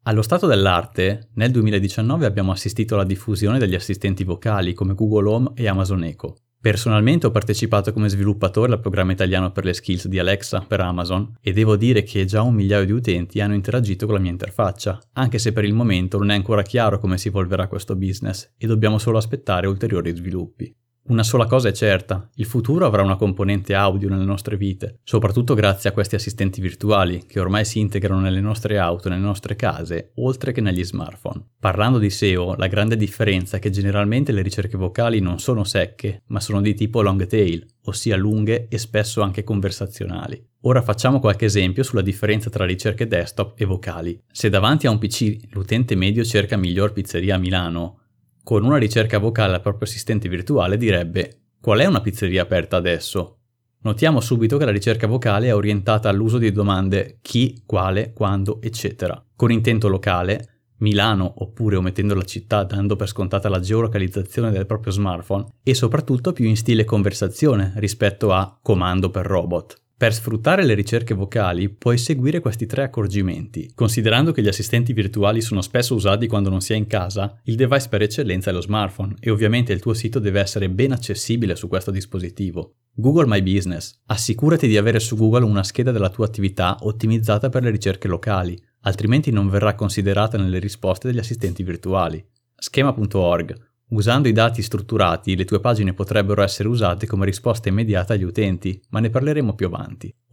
Allo stato dell'arte, nel 2019 abbiamo assistito alla diffusione degli assistenti vocali come Google Home e Amazon Echo. Personalmente ho partecipato come sviluppatore al programma italiano per le skills di Alexa per Amazon e devo dire che già 1 migliaio di utenti hanno interagito con la mia interfaccia, anche se per il momento non è ancora chiaro come si evolverà questo business e dobbiamo solo aspettare ulteriori sviluppi. Una sola cosa è certa, il futuro avrà una componente audio nelle nostre vite, soprattutto grazie a questi assistenti virtuali che ormai si integrano nelle nostre auto e nelle nostre case, oltre che negli smartphone. Parlando di SEO, la grande differenza è che generalmente le ricerche vocali non sono secche, ma sono di tipo long tail, ossia lunghe e spesso anche conversazionali. Ora facciamo qualche esempio sulla differenza tra ricerche desktop e vocali. Se davanti a un PC l'utente medio cerca miglior pizzeria a Milano, con una ricerca vocale al proprio assistente virtuale direbbe: qual è una pizzeria aperta adesso? Notiamo subito che la ricerca vocale è orientata all'uso di domande chi, quale, quando, eccetera, con intento locale, Milano oppure omettendo la città dando per scontata la geolocalizzazione del proprio smartphone e soprattutto più in stile conversazione rispetto a comando per robot. Per sfruttare le ricerche vocali puoi seguire questi 3 accorgimenti. Considerando che gli assistenti virtuali sono spesso usati quando non si è in casa, il device per eccellenza è lo smartphone e ovviamente il tuo sito deve essere ben accessibile su questo dispositivo. Google My Business. Assicurati di avere su Google una scheda della tua attività ottimizzata per le ricerche locali, altrimenti non verrà considerata nelle risposte degli assistenti virtuali. Schema.org. Usando i dati strutturati, le tue pagine potrebbero essere usate come risposta immediata agli utenti, ma ne parleremo più avanti.